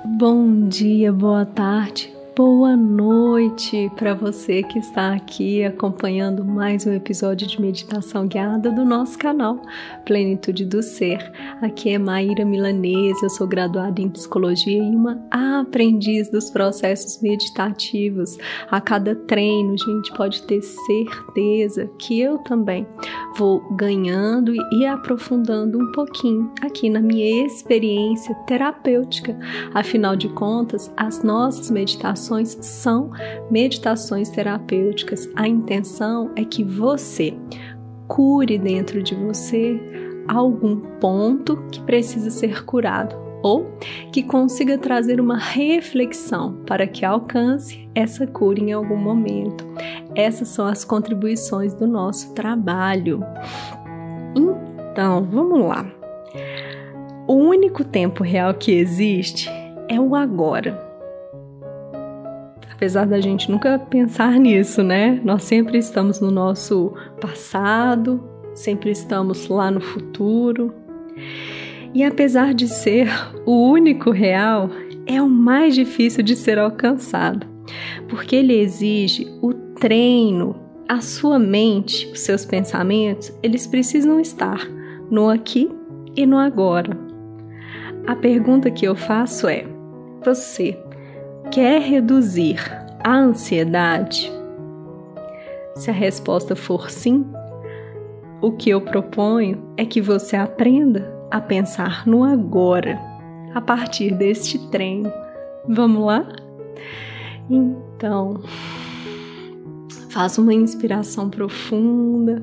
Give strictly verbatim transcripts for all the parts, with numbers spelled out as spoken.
Bom dia, boa tarde, boa noite para você que está aqui acompanhando mais um episódio de meditação guiada do nosso canal Plenitude do Ser. Aqui é Maíra Milanese, eu sou graduada em Psicologia e uma aprendiz dos processos meditativos. A cada treino, gente, pode ter certeza que eu também vou ganhando e aprofundando um pouquinho aqui na minha experiência terapêutica. Afinal de contas, as nossas meditações são meditações terapêuticas. A intenção é que você cure dentro de você algum ponto que precisa ser curado ou que consiga trazer uma reflexão para que alcance essa cura em algum momento. Essas são as contribuições do nosso trabalho. Então, vamos lá. O único tempo real que existe é o agora. Apesar da gente nunca pensar nisso, né? Nós sempre estamos no nosso passado, sempre estamos lá no futuro. E apesar de ser o único real, é o mais difícil de ser alcançado, porque ele exige o treino. A sua mente, os seus pensamentos, eles precisam estar no aqui e no agora. A pergunta que eu faço é: você quer reduzir a ansiedade? Se a resposta for sim, o que eu proponho é que você aprenda a pensar no agora, a partir deste treino. Vamos lá? Então, faça uma inspiração profunda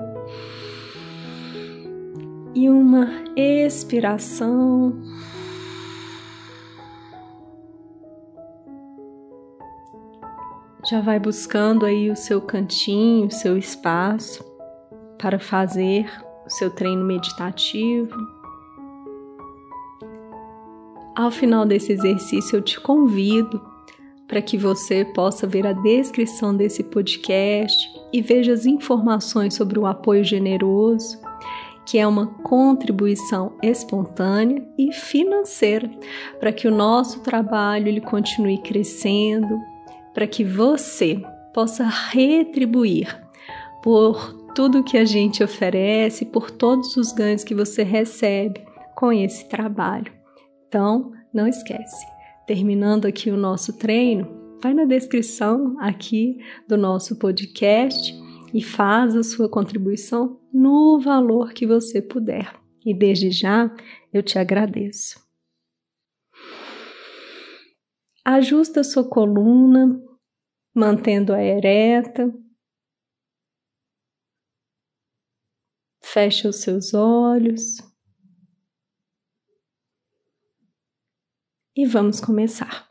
e uma expiração. Já vai buscando aí o seu cantinho, o seu espaço para fazer o seu treino meditativo. Ao final desse exercício, eu te convido para que você possa ver a descrição desse podcast e veja as informações sobre o apoio generoso, que é uma contribuição espontânea e financeira para que o nosso trabalho ele continue crescendo, para que você possa retribuir por tudo que a gente oferece, por todos os ganhos que você recebe com esse trabalho. Então, não esquece, terminando aqui o nosso treino, vai na descrição aqui do nosso podcast e faz a sua contribuição no valor que você puder. E desde já, eu te agradeço. Ajusta a sua coluna, mantendo-a ereta. Fecha os seus olhos. E vamos começar.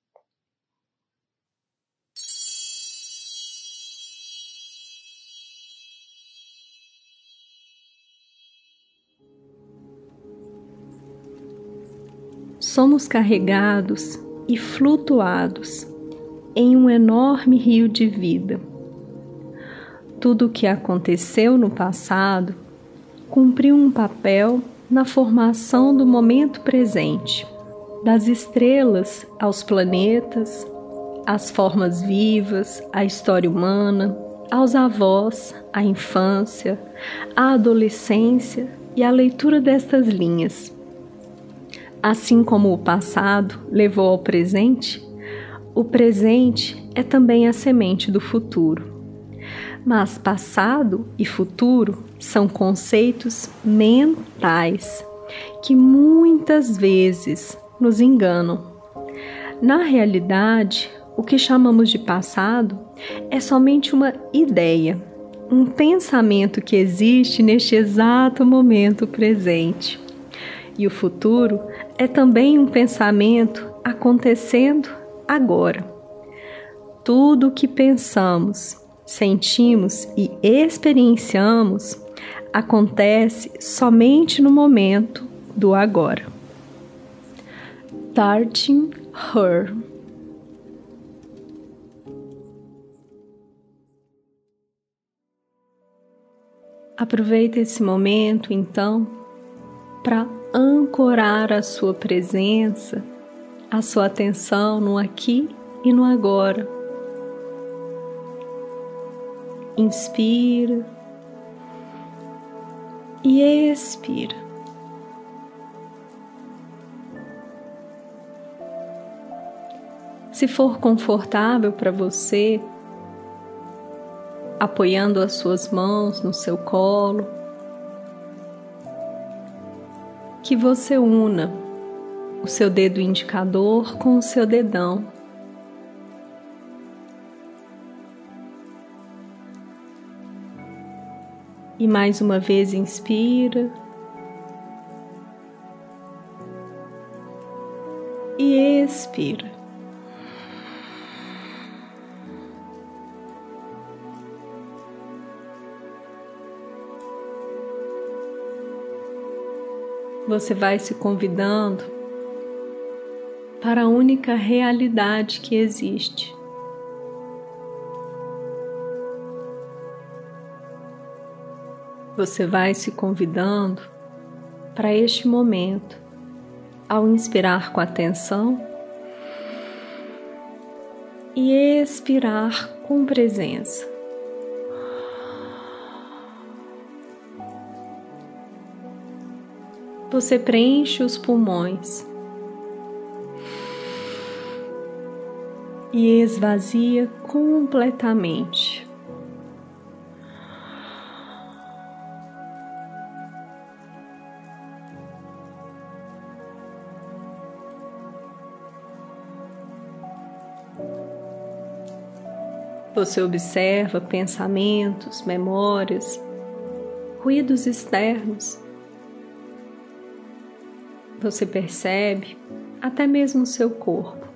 Somos carregados e flutuados em um enorme rio de vida. Tudo o que aconteceu no passado cumpriu um papel na formação do momento presente, das estrelas aos planetas, às formas vivas, à história humana, aos avós, à infância, à adolescência e à leitura destas linhas. Assim como o passado levou ao presente, o presente é também a semente do futuro. Mas passado e futuro são conceitos mentais que muitas vezes nos enganam. Na realidade, o que chamamos de passado é somente uma ideia, um pensamento que existe neste exato momento presente. E o futuro é também um pensamento acontecendo agora. Tudo o que pensamos, sentimos e experienciamos acontece somente no momento do agora. Starting Her. Aproveita esse momento, então, para ancorar a sua presença a sua atenção no aqui e no agora. Inspira e expira. Se for confortável para você, apoiando as suas mãos no seu colo, que você una o seu dedo indicador com o seu dedão. E mais uma vez inspira e expira. Você vai se convidando para a única realidade que existe. Você vai se convidando para este momento, ao inspirar com atenção e expirar com presença. Você preenche os pulmões e esvazia completamente. Você observa pensamentos, memórias, ruídos externos. Você percebe até mesmo o seu corpo.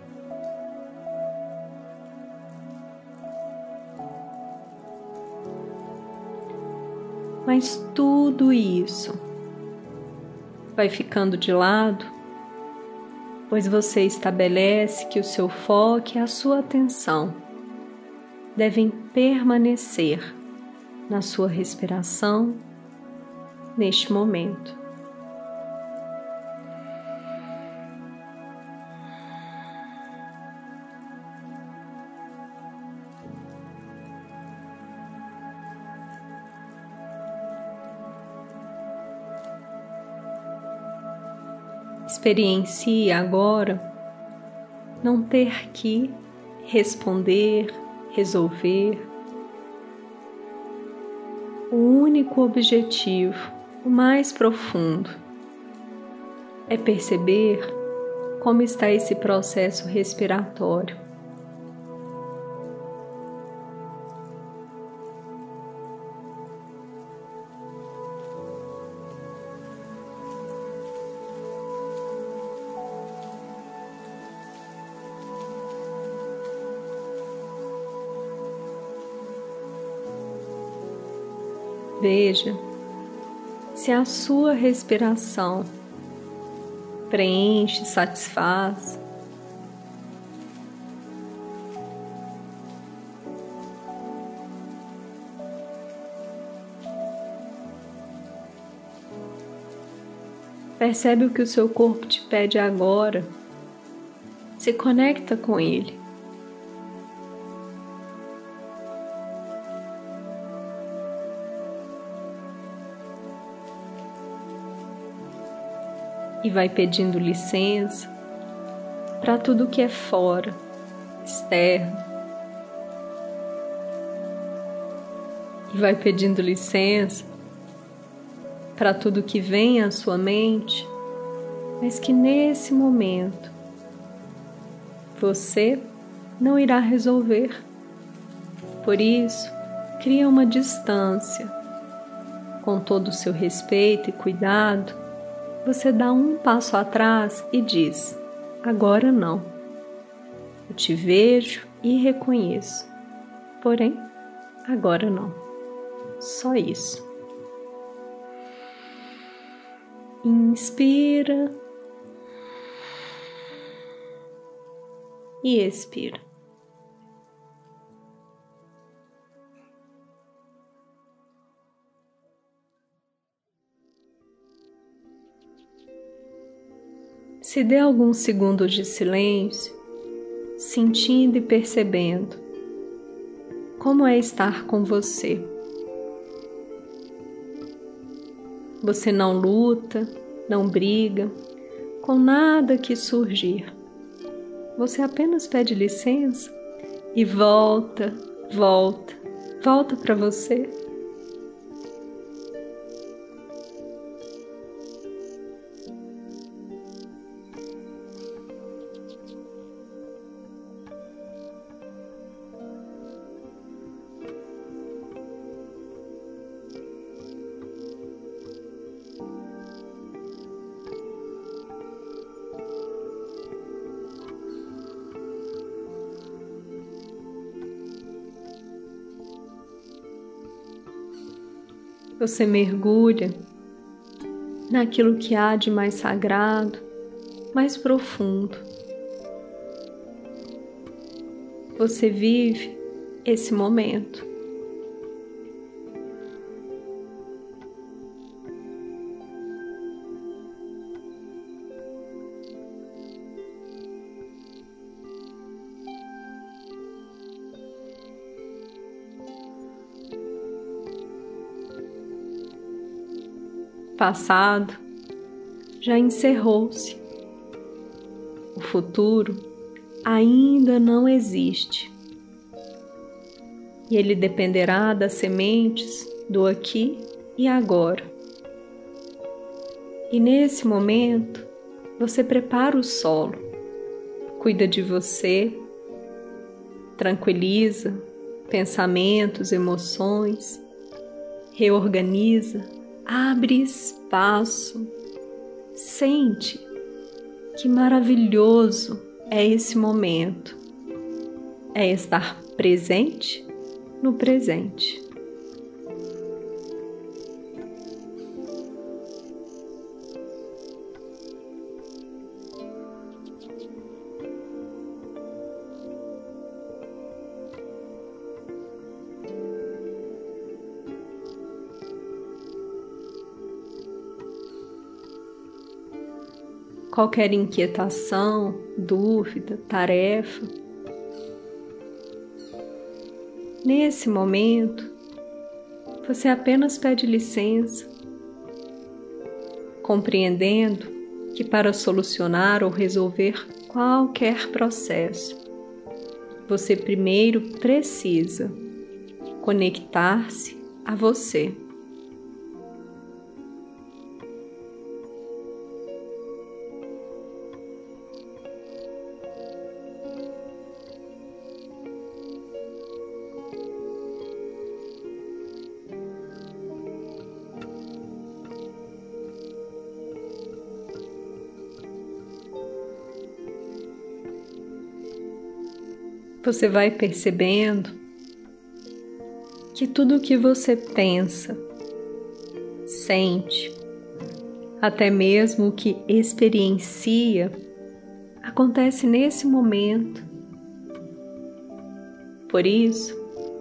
Mas tudo isso vai ficando de lado, pois você estabelece que o seu foco e a sua atenção devem permanecer na sua respiração neste momento. Experiencie agora não ter que responder, resolver. O único objetivo, o mais profundo, é perceber como está esse processo respiratório. Veja se a sua respiração preenche, satisfaz. Percebe o que o seu corpo te pede agora. Se conecta com ele. E vai pedindo licença para tudo que é fora, externo. E vai pedindo licença para tudo que vem à sua mente, mas que nesse momento você não irá resolver. Por isso, cria uma distância. Com todo o seu respeito e cuidado, você dá um passo atrás e diz: agora não. Eu te vejo e reconheço, porém, agora não. Só isso. Inspira e expira. Se dê alguns segundos de silêncio, sentindo e percebendo como é estar com você. Você não luta, não briga com nada que surgir. Você apenas pede licença e volta, volta, volta para você. Você mergulha naquilo que há de mais sagrado, mais profundo. Você vive esse momento. Passado já encerrou-se. O futuro ainda não existe. E ele dependerá das sementes do aqui e agora. E nesse momento, você prepara o solo, cuida de você, tranquiliza pensamentos, emoções, reorganiza, abre espaço, sente que maravilhoso é esse momento, é estar presente no presente. Qualquer inquietação, dúvida, tarefa. Nesse momento, você apenas pede licença, compreendendo que para solucionar ou resolver qualquer processo, você primeiro precisa conectar-se a você. Você vai percebendo que tudo o que você pensa, sente, até mesmo o que experiencia, acontece nesse momento. Por isso,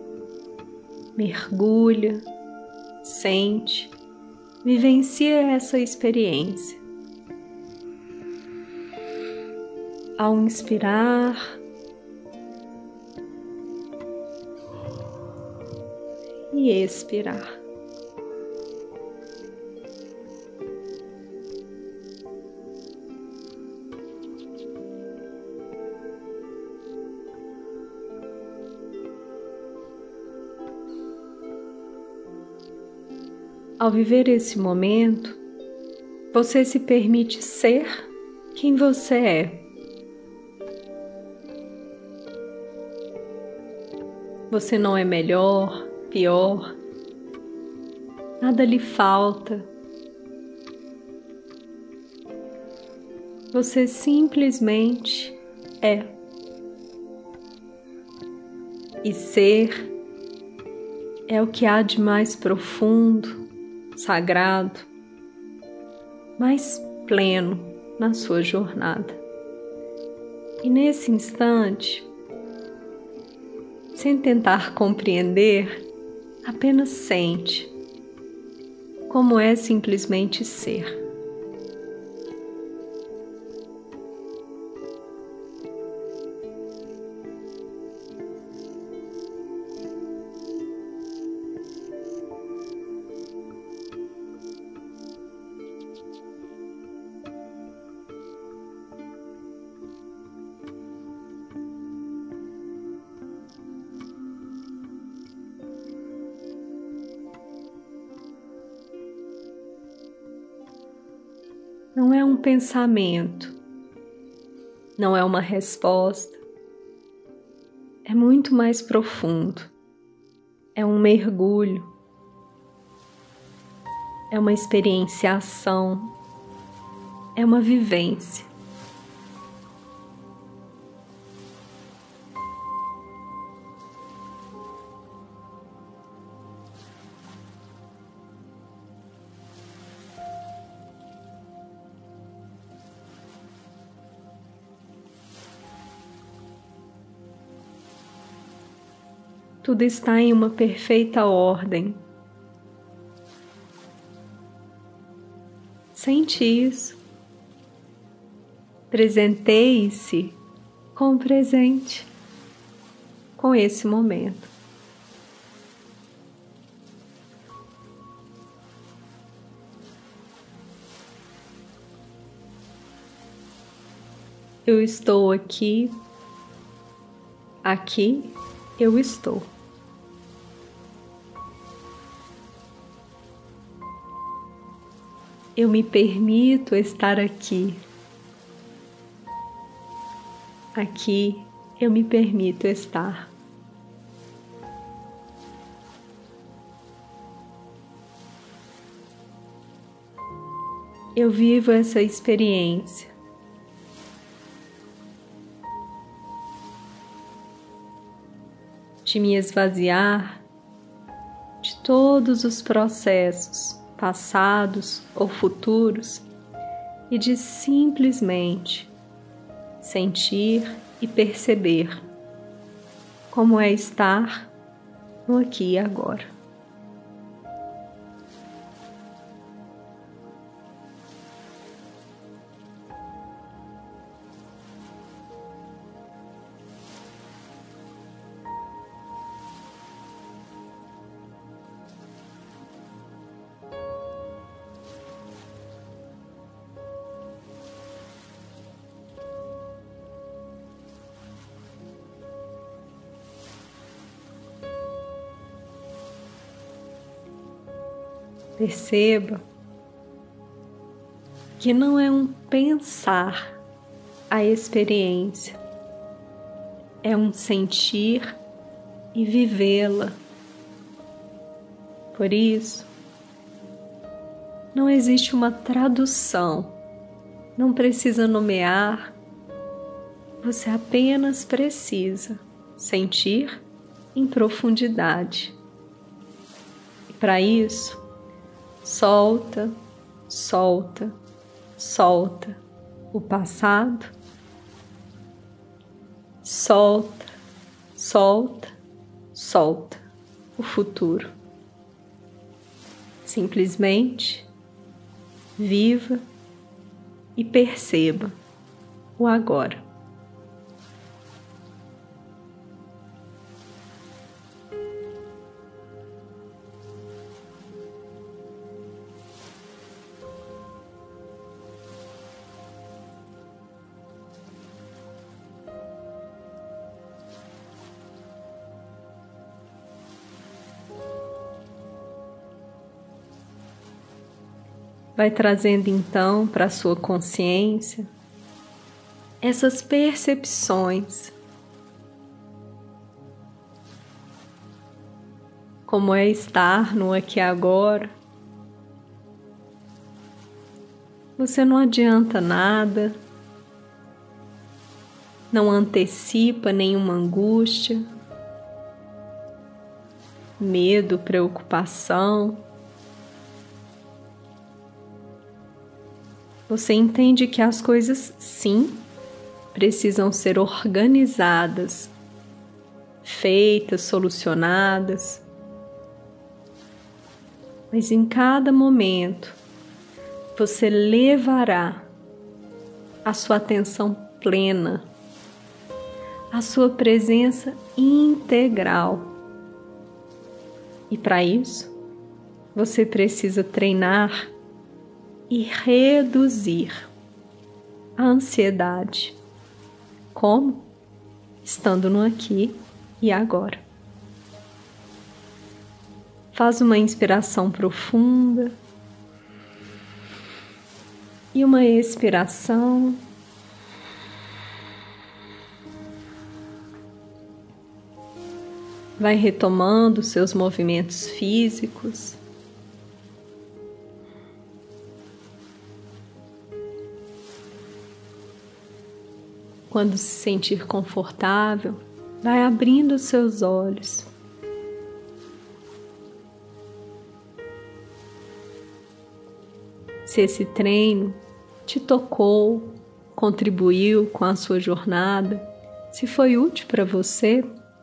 mergulha, sente, vivencia essa experiência. Ao inspirar, e expirar. Ao viver esse momento, você se permite ser quem você é. Você não é melhor, pior, nada lhe falta. Você simplesmente é. E ser é o que há de mais profundo, sagrado, mais pleno na sua jornada. E nesse instante, sem tentar compreender, apenas sente como é simplesmente ser. não é um pensamento, não é uma resposta, é muito mais profundo, é um mergulho, é uma experienciação, é uma vivência. Tudo está em uma perfeita ordem. Sente isso. Presenteie-se com o presente, com esse momento. Eu estou aqui, aqui eu estou. Eu me permito estar aqui. Aqui eu me permito estar. Eu vivo essa experiência. De me esvaziar de todos os processos passados ou futuros e de simplesmente sentir e perceber como é estar no aqui e agora. Perceba que não é um pensar a experiência, é um sentir e vivê-la. Por isso, não existe uma tradução, não precisa nomear, você apenas precisa sentir em profundidade. E para isso, solta, solta, solta o passado, solta, solta, solta o futuro. Simplesmente viva e perceba o agora. Vai trazendo então para a sua consciência essas percepções. Como é estar no aqui e agora. Você não adianta nada, não antecipa nenhuma angústia, medo, preocupação. Você entende que as coisas, sim, precisam ser organizadas, feitas, solucionadas. Mas em cada momento, você levará a sua atenção plena, a sua presença integral. E para isso, você precisa treinar e reduzir a ansiedade. Como? Estando no aqui e agora. Faz uma inspiração profunda e uma expiração. Vai retomando seus movimentos físicos. Quando se sentir confortável, vai abrindo os seus olhos. Se esse treino te tocou, contribuiu com a sua jornada, se foi útil para você,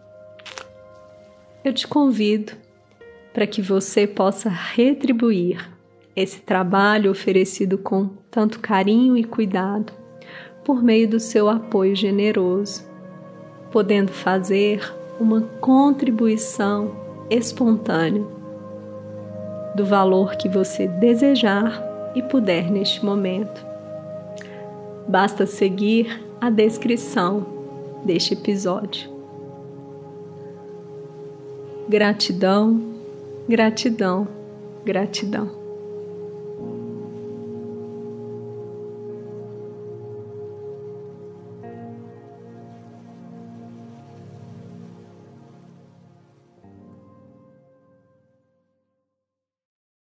eu te convido para que você possa retribuir esse trabalho oferecido com tanto carinho e cuidado por meio do seu apoio generoso, podendo fazer uma contribuição espontânea do valor que você desejar e puder neste momento. Basta seguir a descrição deste episódio. Gratidão, gratidão, gratidão.